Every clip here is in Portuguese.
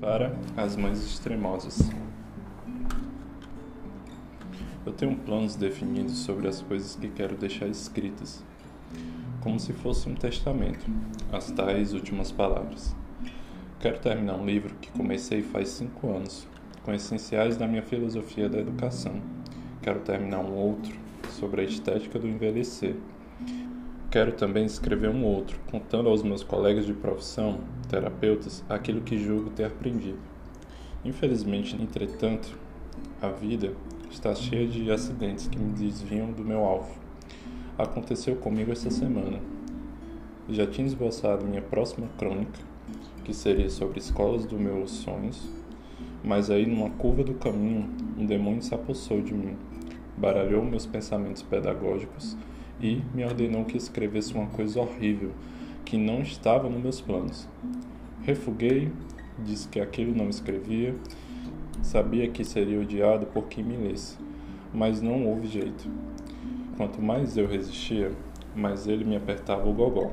para as mães extremosas. Eu tenho planos definidos sobre as coisas que quero deixar escritas, como se fosse um testamento, as tais últimas palavras. Quero terminar um livro que comecei faz 5 anos, com essenciais da minha filosofia da educação. Quero terminar um outro sobre a estética do envelhecer. Quero também escrever um outro, contando aos meus colegas de profissão, terapeutas, aquilo que julgo ter aprendido. Infelizmente, entretanto, a vida está cheia de acidentes que me desviam do meu alvo. Aconteceu comigo esta semana. Já tinha esboçado minha próxima crônica, que seria sobre escolas dos meus sonhos, mas aí numa curva do caminho, um demônio se apossou de mim, baralhou meus pensamentos pedagógicos e me ordenou que escrevesse uma coisa horrível que não estava nos meus planos. Refuguei, disse que aquilo não escrevia, sabia que seria odiado por quem me lesse, mas não houve jeito. Quanto mais eu resistia, mais ele me apertava o gogó.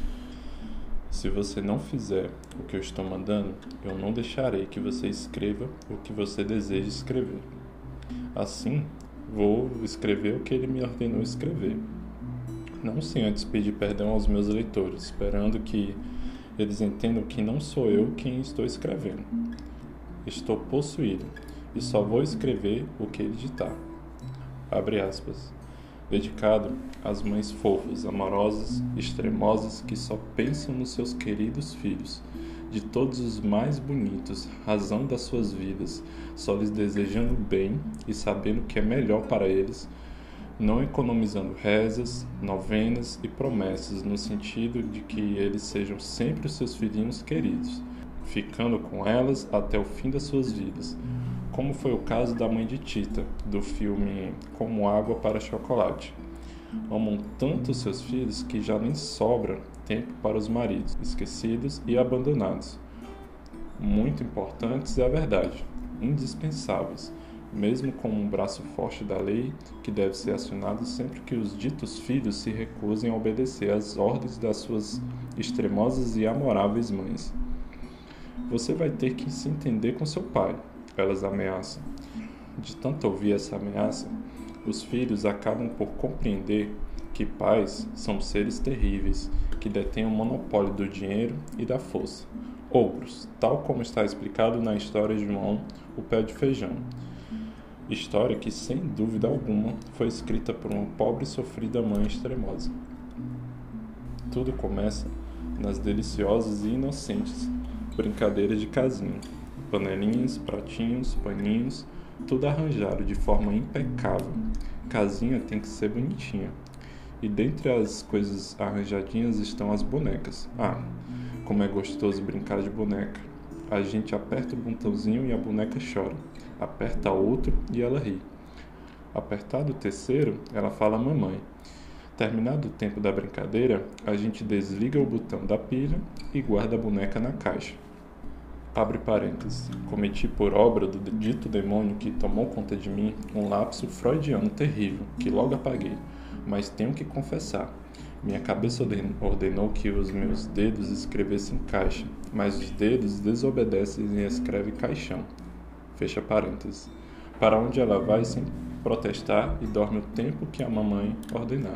Se você não fizer o que eu estou mandando, eu não deixarei que você escreva o que você deseja escrever. Assim, vou escrever o que ele me ordenou escrever. Não sem antes pedir perdão aos meus leitores, esperando que eles entendam que não sou eu quem estou escrevendo. Estou possuído e só vou escrever o que ele ditar. Abre aspas. Dedicado às mães fofas, amorosas, extremosas que só pensam nos seus queridos filhos, de todos os mais bonitos, razão das suas vidas, só lhes desejando bem e sabendo o que é melhor para eles, não economizando rezas, novenas e promessas no sentido de que eles sejam sempre os seus filhinhos queridos, ficando com elas até o fim das suas vidas, como foi o caso da mãe de Tita, do filme Como Água para Chocolate. Amam tanto seus filhos que já nem sobra tempo para os maridos, esquecidos e abandonados. Muito importantes é a verdade, indispensáveis, mesmo com um braço forte da lei que deve ser acionado sempre que os ditos filhos se recusem a obedecer às ordens das suas extremosas e amoráveis mães. Você vai ter que se entender com seu pai, elas ameaçam. De tanto ouvir essa ameaça, os filhos acabam por compreender que pais são seres terríveis, que detêm o monopólio do dinheiro e da força. Ogros, tal como está explicado na história de João, o pé de feijão. História que, sem dúvida alguma, foi escrita por uma pobre e sofrida mãe extremosa. Tudo começa nas deliciosas e inocentes brincadeiras de casinha. Panelinhas, pratinhos, paninhos, tudo arranjado de forma impecável. Casinha tem que ser bonitinha. E dentre as coisas arranjadinhas estão as bonecas. Ah, como é gostoso brincar de boneca. A gente aperta o botãozinho e a boneca chora. Aperta outro e ela ri. Apertado o terceiro, ela fala mamãe. Terminado o tempo da brincadeira, a gente desliga o botão da pilha e guarda a boneca na caixa. Abre parênteses. Cometi por obra do dito demônio que tomou conta de mim um lapso freudiano terrível, que logo apaguei, mas tenho que confessar. Minha cabeça ordenou que os meus dedos escrevessem caixa, mas os dedos desobedecem e escrevem caixão. Fecha parênteses. Para onde ela vai sem protestar e dorme o tempo que a mamãe ordenar.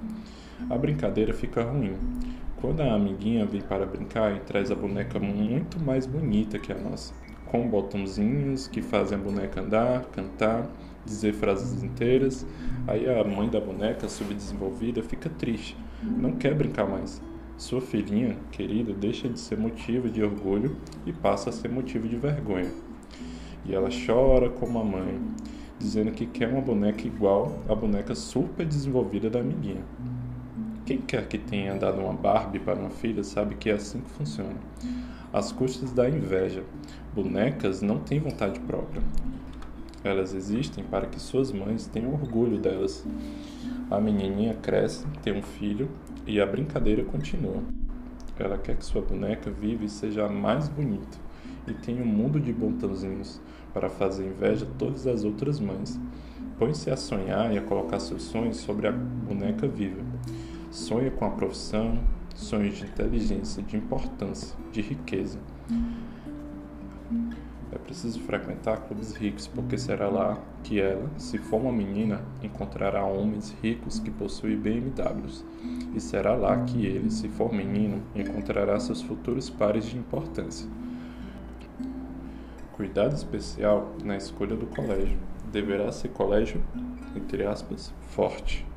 A brincadeira fica ruim. Quando a amiguinha vem para brincar e traz a boneca muito mais bonita que a nossa, com botãozinhos que fazem a boneca andar, cantar, dizer frases inteiras, aí a mãe da boneca subdesenvolvida fica triste, não quer brincar mais. Sua filhinha querida deixa de ser motivo de orgulho e passa a ser motivo de vergonha. E ela chora como a mãe, dizendo que quer uma boneca igual à boneca super desenvolvida da amiguinha. Quem quer que tenha dado uma Barbie para uma filha sabe que é assim que funciona. Às custas da inveja. Bonecas não têm vontade própria. Elas existem para que suas mães tenham orgulho delas. A menininha cresce, tem um filho e a brincadeira continua. Ela quer que sua boneca viva e seja a mais bonita e tenha um mundo de botãozinhos para fazer inveja a todas as outras mães. Põe-se a sonhar e a colocar seus sonhos sobre a boneca viva. Sonha com a profissão, sonhos de inteligência, de importância, de riqueza. preciso frequentar clubes ricos, porque será lá que ela, se for uma menina, encontrará homens ricos que possuem BMWs. E será lá que ele, se for menino, encontrará seus futuros pares de importância. Cuidado especial na escolha do colégio. Deverá ser colégio, entre aspas, forte.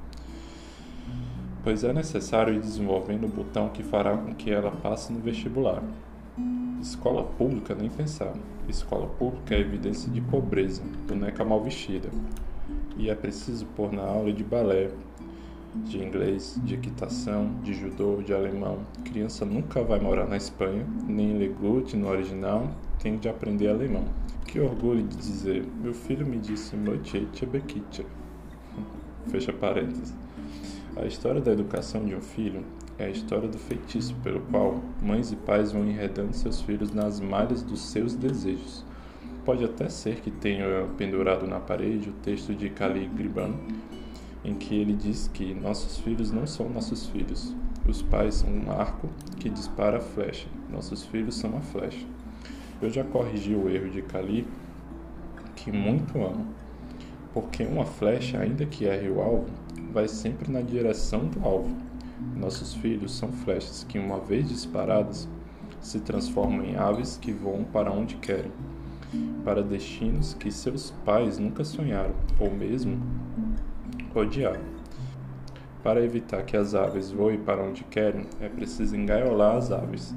Pois é necessário ir desenvolvendo o botão que fará com que ela passe no vestibular. Escola pública, nem pensar. Escola pública é evidência de pobreza, boneca mal vestida. E é preciso pôr na aula de balé, de inglês, de equitação, de judô, de alemão. Criança nunca vai morar na Espanha, nem em Legut, no original, tem de aprender alemão. Que orgulho de dizer, meu filho me disse Mocheche Bekiche. Fecha parênteses. A história da educação de um filho é a história do feitiço pelo qual mães e pais vão enredando seus filhos nas malhas dos seus desejos. Pode até ser que tenha pendurado na parede o texto de Khalil Gibran, em que ele diz que nossos filhos não são nossos filhos. Os pais são um arco que dispara a flecha. Nossos filhos são a flecha. Eu já corrigi o erro de Khalil, que muito amo, porque uma flecha, ainda que erre o alvo, vai sempre na direção do alvo. Nossos filhos são flechas que, uma vez disparadas, se transformam em aves que voam para onde querem, para destinos que seus pais nunca sonharam, ou mesmo odiaram. Para evitar que as aves voem para onde querem, é preciso engaiolar as aves.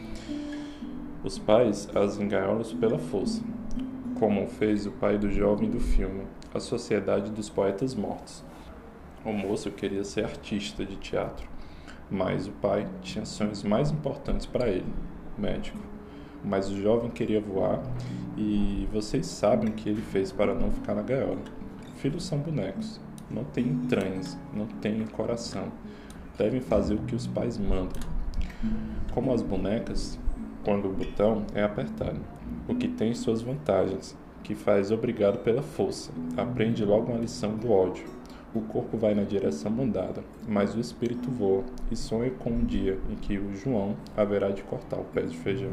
Os pais as engaiolam pela força, como fez o pai do jovem do filme A Sociedade dos Poetas Mortos. O moço queria ser artista de teatro, mas o pai tinha sonhos mais importantes para ele, médico. Mas o jovem queria voar e vocês sabem o que ele fez para não ficar na gaiola. Filhos são bonecos, não têm entranhas, não têm coração, devem fazer o que os pais mandam. Como as bonecas, quando o botão é apertado, o que tem suas vantagens, que faz obrigado pela força, aprende logo uma lição do ódio. O corpo vai na direção mandada, mas o espírito voa e sonha com um dia em que o João haverá de cortar o pé de feijão.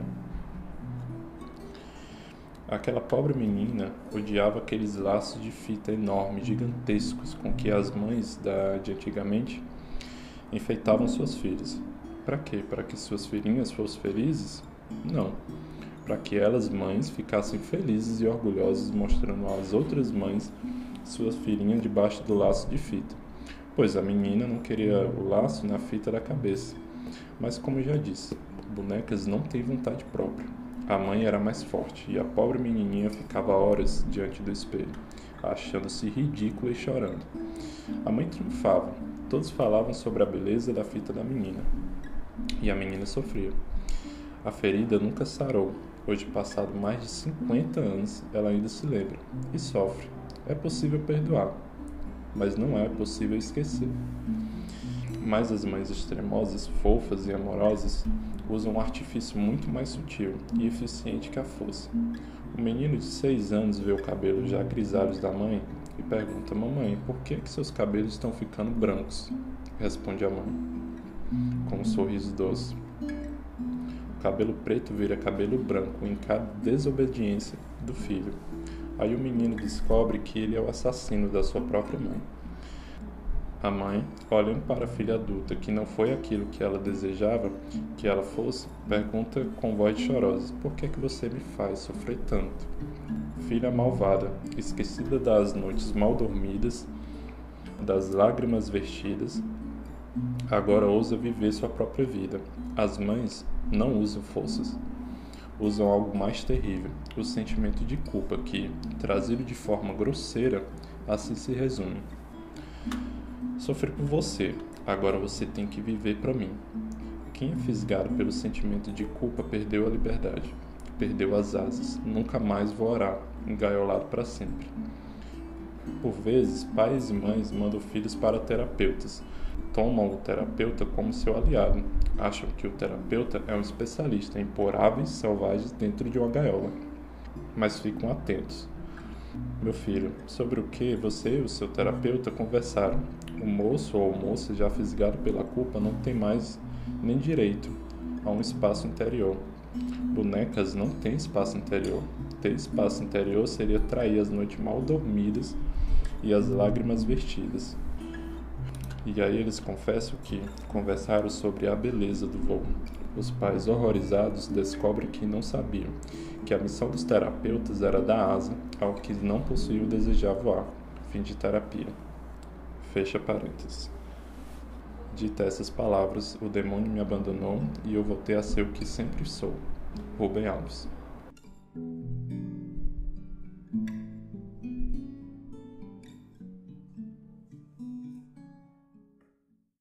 Aquela pobre menina odiava aqueles laços de fita enormes, gigantescos, com que as mães de antigamente enfeitavam suas filhas. Para quê? Para que suas filhinhas fossem felizes? Não. Para que elas, mães, ficassem felizes e orgulhosas, mostrando às outras mães suas filhinhas debaixo do laço de fita, pois a menina não queria o laço na fita da cabeça. Mas, como já disse, bonecas não têm vontade própria. A mãe era mais forte e a pobre menininha ficava horas diante do espelho, achando-se ridícula e chorando. A mãe triunfava. Todos falavam sobre a beleza da fita da menina. E a menina sofria. A ferida nunca sarou. Hoje, passado mais de 50 anos, ela ainda se lembra e sofre. É possível perdoar, mas não é possível esquecer. Mas as mães extremosas, fofas e amorosas usam um artifício muito mais sutil e eficiente que a força. O menino de 6 anos vê o cabelo já grisalhos da mãe e pergunta: mamãe, por que seus cabelos estão ficando brancos? Responde a mãe, com um sorriso doce. O cabelo preto vira cabelo branco em cada desobediência do filho. Aí o menino descobre que ele é o assassino da sua própria mãe. A mãe, olhando para a filha adulta, que não foi aquilo que ela desejava que ela fosse, pergunta com voz chorosa: por que você me faz sofrer tanto? Filha malvada, esquecida das noites mal dormidas, das lágrimas vertidas, agora ousa viver sua própria vida. As mães não usam forças. Usam algo mais terrível, o sentimento de culpa que, trazido de forma grosseira, assim se resume. Sofri por você, agora você tem que viver para mim. Quem é fisgado pelo sentimento de culpa perdeu a liberdade, perdeu as asas, nunca mais voará, engaiolado para sempre. Por vezes, pais e mães mandam filhos para terapeutas, tomam o terapeuta como seu aliado, acham que o terapeuta é um especialista em pôr aves selvagens dentro de uma gaiola. Mas ficam atentos. Meu filho, sobre o que você e o seu terapeuta conversaram? O moço ou moça já fisgado pela culpa não tem mais nem direito a um espaço interior. Bonecas não têm espaço interior. Ter espaço interior seria trair as noites mal dormidas e as lágrimas vertidas. E aí eles confessam que conversaram sobre a beleza do voo. Os pais, horrorizados, descobrem que não sabiam que a missão dos terapeutas era dar asa ao que não possuía ou desejava voar. Fim de terapia. Fecha parênteses. Dita essas palavras, o demônio me abandonou e eu voltei a ser o que sempre sou. Rubem Alves.